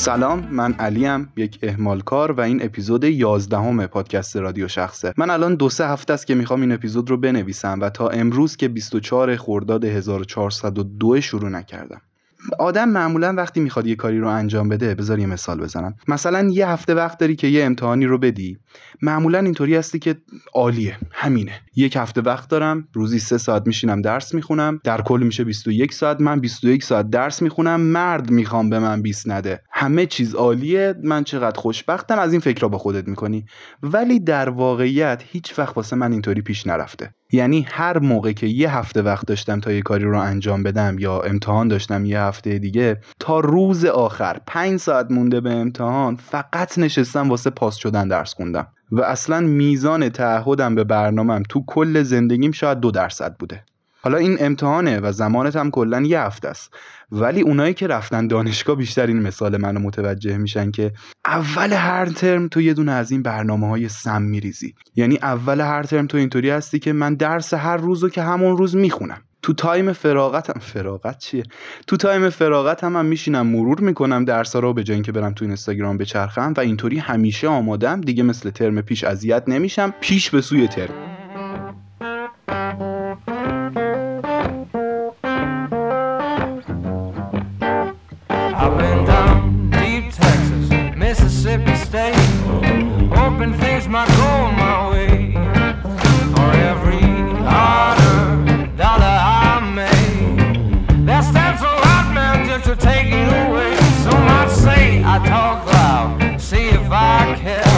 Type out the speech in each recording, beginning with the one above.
سلام، من علیم، یک اهمالکار و این اپیزود 11 پادکست رادیو شخصه. من الان 2-3 هفته است که میخوام این اپیزود رو بنویسم و تا امروز که 24 خرداد 1402 شروع نکردم. آدم معمولا وقتی میخواد یه کاری رو انجام بده، بذار یه مثال بزنم، مثلا یه هفته وقت داری که یه امتحانی رو بدی، معمولا اینطوری هستی که عالیه، همینه، یک هفته وقت دارم، روزی 3 ساعت میشینم درس میخونم، در کل میشه 21 ساعت، من 21 ساعت درس میخونم، مرد میخوام به من 20 نده، همه چیز عالیه، من چقدر خوشبختم. از این فکرها با خودت میکنی، ولی در واقعیت هیچ وقت واسه من اینطوری پیش نرفته. یعنی هر موقع که یه هفته وقت داشتم تا یه کاری رو انجام بدم یا امتحان داشتم یه هفته دیگه، تا روز آخر 5 ساعت مونده به امتحان فقط نشستم واسه پاس شدن درس خوندم و اصلا میزان تعهدم به برنامه‌ام تو کل زندگیم شاید 2% بوده. حالا این امتحانه و زمانت هم کلن یه هفته است، ولی اونایی که رفتن دانشگاه بیشتر این مثال منو متوجه میشن که اول هر ترم تو یه دونه از این برنامه‌های سم میریزی. یعنی اول هر ترم تو اینطوری هستی که من درس هر روزو که همون روز میخونم، تو تایم فراغت چیه؟ تو تایم فراغتم هم میشینم مرور میکنم درسا رو، به جای اینکه برم تو اینستاگرام بچرخم، و اینطوری همیشه آمادم دیگه، مثل ترم پیش اذیت نمیشم، پیش به سوی ترم. I've been down deep Texas, Mississippi State, hoping things might go my way. For every $100 I made, that stands so hot, man, just to take it away. So much say I talk loud, see if I care.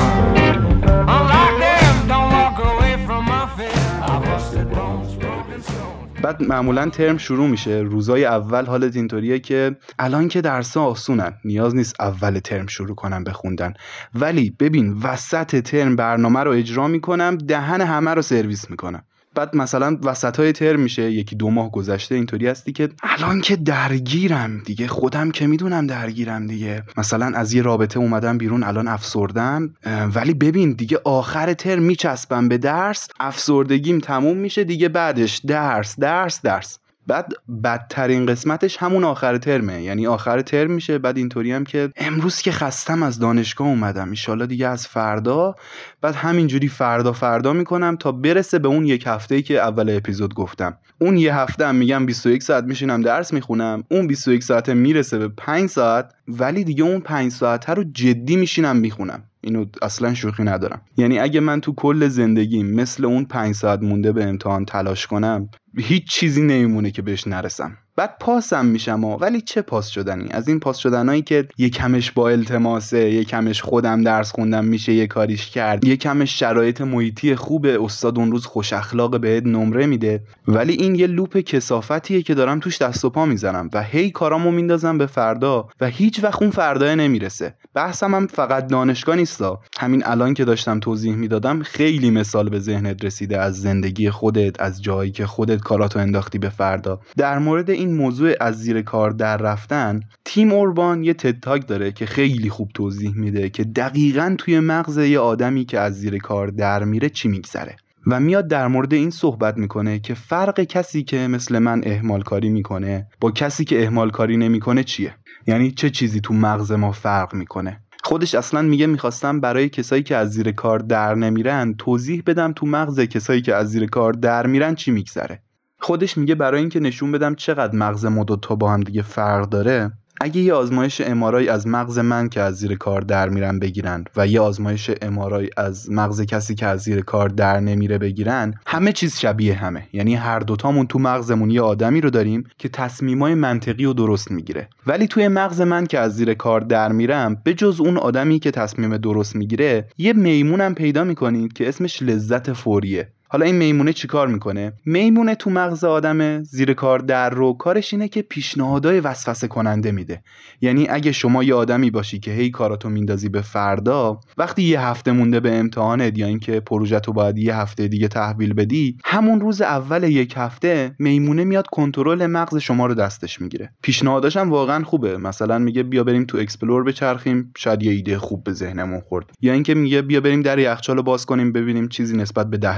Unlike them, don't walk away from my fear. I busted bones, broken stones. بعد معمولا ترم شروع میشه، روزای اول حالت اینطوریه که الان که درس‌ها آسونن، نیاز نیست اول ترم شروع کنم بخوندن، ولی ببین وسط ترم برنامه رو اجرا میکنم، دهن همه رو سرویس میکنم. بعد مثلا وسطای ترم میشه 1-2 ماه گذشته، اینطوری هستی که الان که درگیرم دیگه، خودم که میدونم درگیرم دیگه، مثلا از یه رابطه اومدم بیرون، الان افسردم، ولی ببین دیگه آخر ترم میچسبم به درس، افسردگیم تموم میشه دیگه، بعدش درس درس درس. بعد بدترین قسمتش همون آخر ترمه، یعنی آخر ترم میشه، بعد اینطوری هم که امروز که خستم از دانشگاه اومدم، انشالله دیگه از فردا، بعد همینجوری فردا میکنم تا برسه به اون یک هفته‌ای که اول اپیزود گفتم. اون یه هفته هم میگم 21 ساعت میشینم درس میخونم، اون 21 ساعت میرسه به 5 ساعت، ولی دیگه اون 5 ساعت رو جدی میشینم میخونم. اینو اصلا شوخی ندارم. یعنی اگه من تو کل زندگیم مثل اون 5 ساعت مونده به امتحان تلاش کنم، هیچ چیزی نمیمونه که بهش نرسم. بعد پاسم میشم ولی چه پاس شدنی؟ از این پاس شدنایی که یکمش با التماسه، یکمش خودم درس خوندم میشه یه کاریش کرد، یکمش شرایط محیطی خوبه، استاد اون روز خوش اخلاق بهت نمره میده، ولی این یه لوپ کثافتیه که دارم توش دست و پا میزنم و هی کارامو میندازم به فردا و هیچ وقت اون فردا نمیرسه. بحثم هم فقط دانشگاه نیستا، همین الان که داشتم توضیح میدادم خیلی مثال به ذهنت رسیده از زندگی خودت، از جایی که خودت کاراتو انداختی به فردا. در مورد این موضوع از زیر کار در رفتن، تیم اوربان یه تد تاک داره که خیلی خوب توضیح میده که دقیقاً توی مغز یه آدمی که از زیر کار در میره چی میگذره و میاد در مورد این صحبت میکنه که فرق کسی که مثل من اهمال کاری میکنه با کسی که اهمال کاری نمیکنه چیه، یعنی چه چیزی تو مغز ما فرق میکنه. خودش اصلا میگه میخواستم برای کسایی که از زیر کار در نمیرن توضیح بدم تو مغز کسایی که از زیر کار در میرن چی میگذره. خودش میگه برای اینکه نشون بدم چقدر مغز ما دوتا با هم دیگه فرق داره، اگه یه آزمایش MRI از مغز من که از زیر کار در میرن بگیرن و یه آزمایش MRI از مغز کسی که از زیر کار در نمیره بگیرن، همه چیز شبیه همه. یعنی هر دوتامون تو مغزمون یه آدمی رو داریم که تصمیمای منطقی و درست میگیره، ولی توی مغز من که از زیر کار در میرم، به جز اون آدمی که تصمیم درست میگیره، یه میمونم پیدا میکنید که اسمش لذت فوریه. حالا این میمونه چی کار میکنه؟ میمونه تو مغز آدم زیر کار در رو، کارش اینه که پیشنهادهای وسوسه کننده میده. یعنی اگه شما یه آدمی باشی که هی کاراتو میندازی به فردا، وقتی یه هفته مونده به امتحانت یا اینکه پروژه‌تو باید یه هفته دیگه تحویل بدی، همون روز اول یک هفته میمونه میاد کنترل مغز شما رو دستش میگیره. پیشنهاداش هم واقعا خوبه، مثلا میگه بیا بریم تو اکسپلور بچرخیم، شاید یه ایده خوب به ذهنمون خورد، یا اینکه میگه بیا بریم در یخچالو باز کنیم ببینیم چیزی نسبت به 10 دقیقه پیش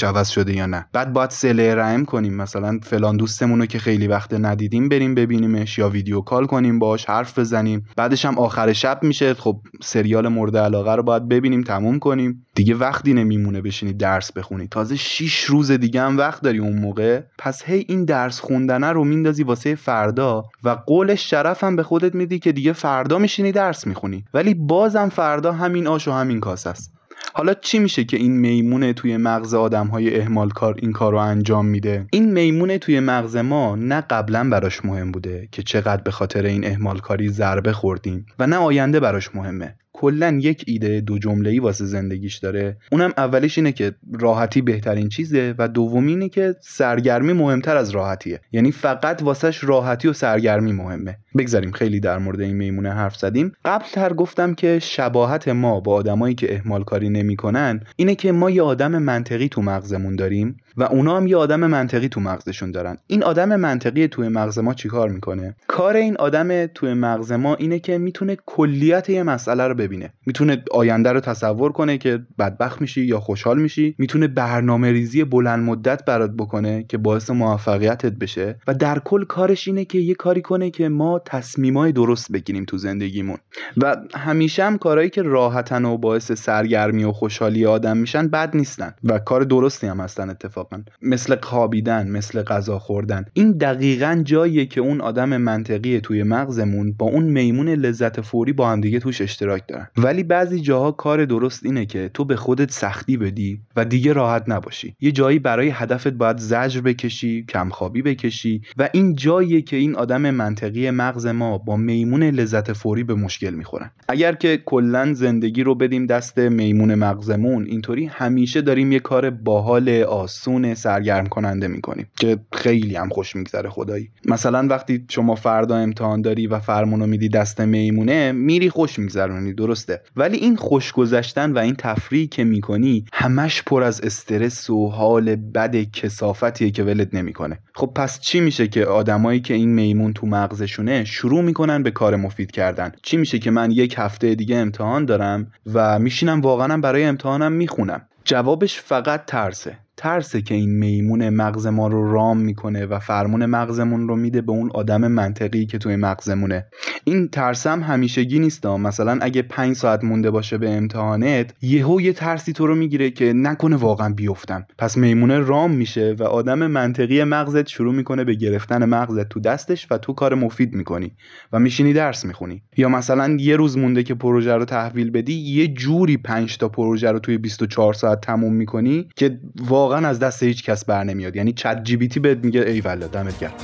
حالش عوض شده یا نه. بعد باید صله رحم کنیم، مثلا فلان دوستمون رو که خیلی وقت ندیدیم بریم ببینیمش یا ویدیو کال کنیم باهاش حرف بزنیم. بعدش هم آخر شب میشه، خب سریال مورد علاقه رو باید ببینیم تموم کنیم. دیگه وقتی نمیمونه بشینی درس بخونی، تازه 6 روز دیگه هم وقت داری اون موقع. پس هی این درس خوندنه رو میندازی واسه فردا و قول شرف هم به خودت میدی که دیگه فردا میشینی درس میخونی، ولی بازم فردا همین آش و همین کاسه است. حالا چی میشه که این میمونه توی مغز آدم‌های اهمالکار این کارو انجام میده؟ این میمونه توی مغز ما نه قبلا براش مهم بوده که چقدر به خاطر این اهمالکاری ضربه خوردیم و نه آینده براش مهمه. کلن یک ایده 2 جمله‌ای واسه زندگیش داره. اونم اولیش اینه که راحتی بهترین چیزه و دومی اینه که سرگرمی مهمتر از راحتیه. یعنی فقط واسش راحتی و سرگرمی مهمه. بگذاریم خیلی در مورد این میمونه حرف زدیم. قبل‌تر گفتم که شباهت ما با آدمایی که اهمال کاری نمی‌کنن اینه که ما یه آدم منطقی تو مغزمون داریم و اونا هم یه آدم منطقی تو مغزشون دارن. این آدم منطقی توی مغز ما چیکار میکنه؟ کار این آدم توی مغز ما اینه که میتونه کلیت یه مسئله رو ببینه. میتونه آینده رو تصور کنه که بدبخت میشی یا خوشحال میشی، میتونه برنامه‌ریزی بلند مدت برات بکنه که باعث موفقیتت بشه و در کل کارش اینه که یه کاری کنه که ما تصمیمای درست بگیریم تو زندگیمون. و همیشه هم کارهایی که راحتن و باعث سرگرمی و خوشحالی آدم میشن بد نیستن و کار درستی هم هستن اتفاقا، مثل خوابیدن، مثل غذا خوردن. این دقیقاً جاییه که اون آدم منطقی توی مغزمون با اون میمون لذت فوری با هم دیگه توش اشتراک دارن. ولی بعضی جاها کار درست اینه که تو به خودت سختی بدی و دیگه راحت نباشی. یه جایی برای هدفت باید زجر بکشی، کمخوابی بکشی و این جاییه که این آدم منطقی مغز ما با میمون لذت فوری به مشکل میخورن. اگر که کلاً زندگی رو بدیم دست میمون مغزمون، اینطوری همیشه داریم یه کار باحال، آسون، سرگرم کننده میکنیم که خیلی هم خوش میگذره خدایی. مثلا وقتی شما فردا امتحان داری و فرمونو میدی دست میمونه، میری خوش میگذرونی، درسته، ولی این خوش گذشتن و این تفریحی که میکنی همش پر از استرس و حال بد کثافتیه که ولت نمیکنه. خب پس چی میشه که آدمایی که این میمون تو مغزشونه شروع میکنن به کار مفید کردن؟ چی میشه که من 1 هفته دیگه امتحان دارم و میشینم واقعا برای امتحانم میخونم؟ جوابش فقط ترسه که این میمون مغز ما رو رام میکنه و فرمون مغزمون رو میده به اون آدم منطقی که توی مغزمونه. این ترس هم همیشگی نیست. مثلا اگه 5 ساعت مونده باشه به امتحانت، یه ترسی تو رو میگیره که نکنه واقعا بیفتم. پس میمونه رام میشه و آدم منطقی مغزت شروع میکنه به گرفتن مغزت تو دستش و تو کار مفید میکنی و میشینی درس میخونی. یا مثلا 1 روز مونده که پروژه رو تحویل بدی، یه جوری 5 تا پروژه رو توی 24 ساعت تموم میکنی که واقعا از دست هیچ کس بر نمیاد. یعنی چت جی پی تی بهت میگه ای والله دمت گرم.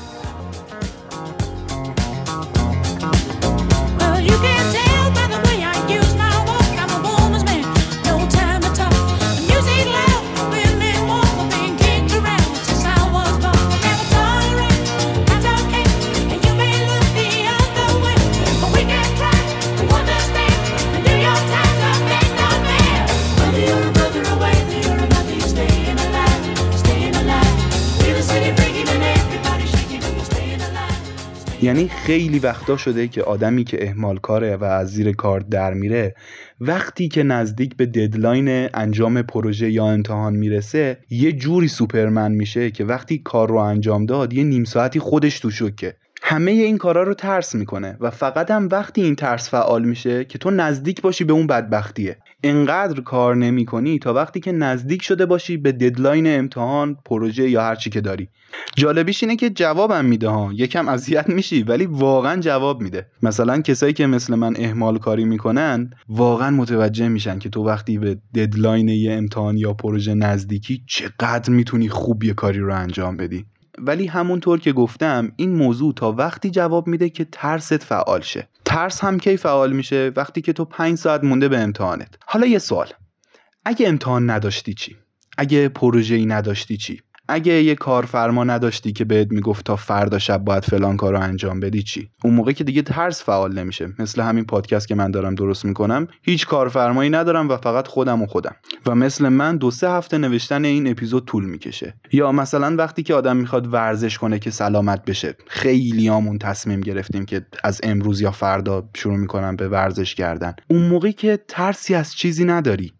یعنی خیلی وقتا شده که آدمی که اهمال کاره و از زیر کار در میره، وقتی که نزدیک به ددلاین انجام پروژه یا امتحان میرسه، یه جوری سوپرمن میشه که وقتی کار رو انجام داد یه نیم ساعتی خودش تو شوکه. همه این کارا رو ترس میکنه و فقط هم وقتی این ترس فعال میشه که تو نزدیک باشی به اون بدبختیه. اینقدر کار نمیکنی تا وقتی که نزدیک شده باشی به ددلاین امتحان، پروژه یا هر چی که داری. جالبیش اینه که جوابم میده ها، یکم اذیت میشی ولی واقعا جواب میده. مثلا کسایی که مثل من اهمال کاری میکنن واقعا متوجه میشن که تو وقتی به ددلاین یه امتحان یا پروژه نزدیکی چقدر میتونی خوب یه کاری رو انجام بدی. ولی همونطور که گفتم این موضوع تا وقتی جواب میده که ترست فعال شه. ترس هم کی فعال میشه؟ وقتی که تو 5 ساعت مونده به امتحانت. حالا یه سوال، اگه امتحان نداشتی چی؟ اگه پروژه‌ای نداشتی چی؟ اگه یه کارفرما نداشتی که بهت میگفت تا فردا شب باید فلان کارو انجام بدی چی؟ اون موقع که دیگه ترس فعال نمیشه. مثل همین پادکست که من دارم درست میکنم، هیچ کارفرمایی ندارم و فقط خودم و مثل من 2-3 هفته نوشتن این اپیزود طول میکشه. یا مثلا وقتی که آدم میخواد ورزش کنه که سلامت بشه، خیلیامون تصمیم گرفتیم که از امروز یا فردا شروع میکنم به ورزش کردن. اون موقعی که ترسی از چیزی نداری،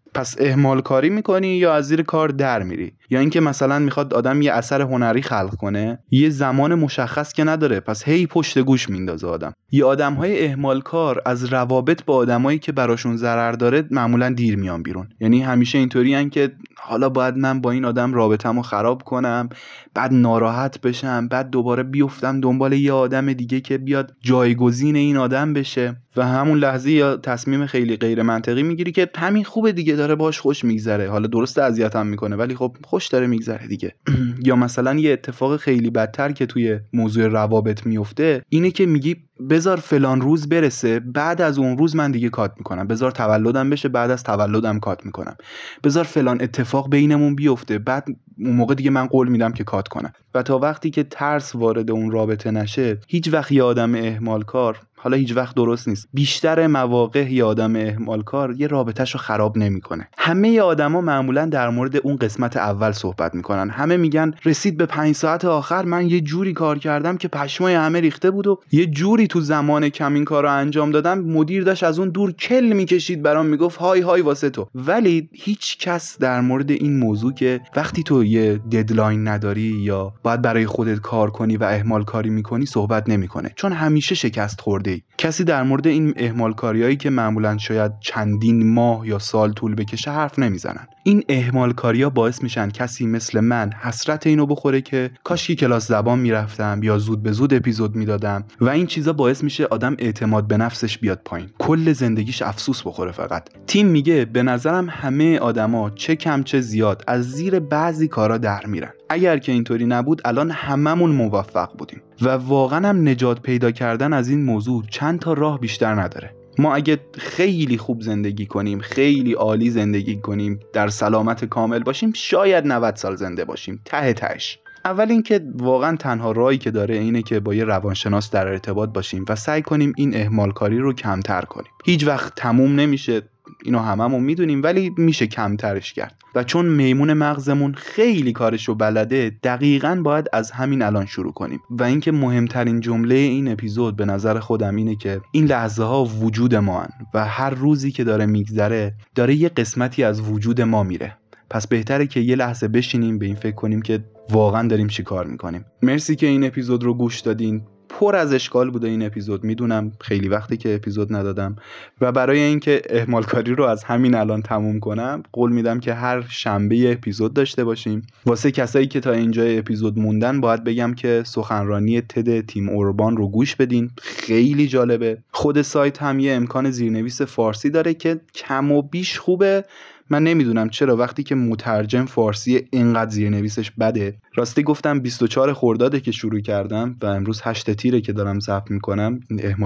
پس اهمال کاری میکنی یا از زیر کار در میری، یا اینکه مثلا میخواد آدم یه اثر هنری خلق کنه، یه زمان مشخص که نداره، پس هی پشت گوش میندازه آدم. یه آدمهای اهمال کار از روابط با آدمایی که براشون ضرر داره معمولا دیر میان بیرون. یعنی همیشه اینطوری ان که حالا باید من با این آدم رابطمو خراب کنم، بعد ناراحت بشم، بعد دوباره بیفتم دنبال یه آدم دیگه که بیاد جایگزین این آدم بشه و همون لحظه یا تصمیم خیلی غیر منطقی میگیری که همین خوبه دیگه، داره باش خوش میگذره، حالا درسته اذیتم میکنه ولی خب خوش داره میگذره دیگه. یا مثلا یه اتفاق خیلی بدتر که توی موضوع روابط میفته اینه که میگی بذار فلان روز برسه، بعد از اون روز من دیگه کات میکنم، بذار تولدم بشه، بعد از تولدم کات میکنم، بذار فلان اتفاق بینمون بیفته، بعد اون موقع دیگه من قول میدم که کات کنم. و تا وقتی که ترس وارد اون رابطه نشه، هیچ وقت یه آدم اهمال کار، حالا هیچ وقت درست نیست، بیشتر مواقع یه آدم اهمال کار یه رابطهشو خراب نمیکنه. همه آدما معمولا در مورد اون قسمت اول صحبت میکنن، همه میگن رسید به 5 ساعت آخر من یه جوری کار کردم که پشمای همه ریخته بود و یه جوری تو زمان کم این کارو انجام دادم مدیر داشت از اون دور کل میکشید برام میگفت های های واسه تو. ولی هیچ کس در مورد این موضوع که وقتی تو یه ددلاین نداری یا باید برای خودت کار کنی و اهمال کاری میکنی صحبت نمیکنه، چون همیشه شکست خورده. کسی در مورد این اهمال کاریایی که معمولاً شاید چندین ماه یا سال طول بکشه حرف نمیزنن. این اهمال کاریا باعث میشن کسی مثل من حسرت اینو بخوره که کاشکی کلاس زبان میرفتم یا زود به زود اپیزود میدادم، و این چیزا باعث میشه آدم اعتماد به نفسش بیاد پایین، کل زندگیش افسوس بخوره. فقط تیم میگه به نظرم همه آدما چه کم چه زیاد از زیر بعضی کارا در میرن. اگر که اینطوری نبود الان هممون موفق بودیم. و واقعا هم نجات پیدا کردن از این موضوع چند تا راه بیشتر نداره. ما اگه خیلی خوب زندگی کنیم، خیلی عالی زندگی کنیم، در سلامت کامل باشیم، شاید 90 سال زنده باشیم ته تهش. اول اینکه واقعا تنها راهی که داره اینه که با یه روانشناس در ارتباط باشیم و سعی کنیم این اهمال کاری رو کمتر کنیم. هیچ وقت تموم نمیشه، اینو هممون میدونیم، ولی میشه کمترش کرد. و چون میمون مغزمون خیلی کارشو بلده، دقیقاً باید از همین الان شروع کنیم. و اینکه مهمترین جمله این اپیزود به نظر خودم اینه که این لحظه ها وجود ما هن و هر روزی که داره میگذره داره یه قسمتی از وجود ما میره. پس بهتره که یه لحظه بشینیم به این فکر کنیم که واقعا داریم چی کار میکنیم. مرسی که این اپیزود رو گوش دادین. پر از اشکال بوده این اپیزود، میدونم خیلی وقتی که اپیزود ندادم، و برای اینکه اهمال کاری رو از همین الان تموم کنم قول میدم که هر شنبه اپیزود داشته باشیم. واسه کسایی که تا اینجا اپیزود موندن باید بگم که سخنرانی تد تیم اوربان رو گوش بدین، خیلی جالبه. خود سایت هم یه امکان زیرنویس فارسی داره که کم و بیش خوبه. من نمیدونم چرا وقتی که مترجم فارسی اینقدر زیرنویسش بده. راستی گفتم 24 خرداده که شروع کردم و امروز 8 تیره که دارم ضبط میکنم.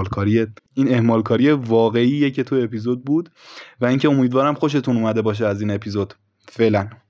این اهمال کاری واقعیه که تو اپیزود بود و اینکه امیدوارم خوشتون اومده باشه از این اپیزود. فعلا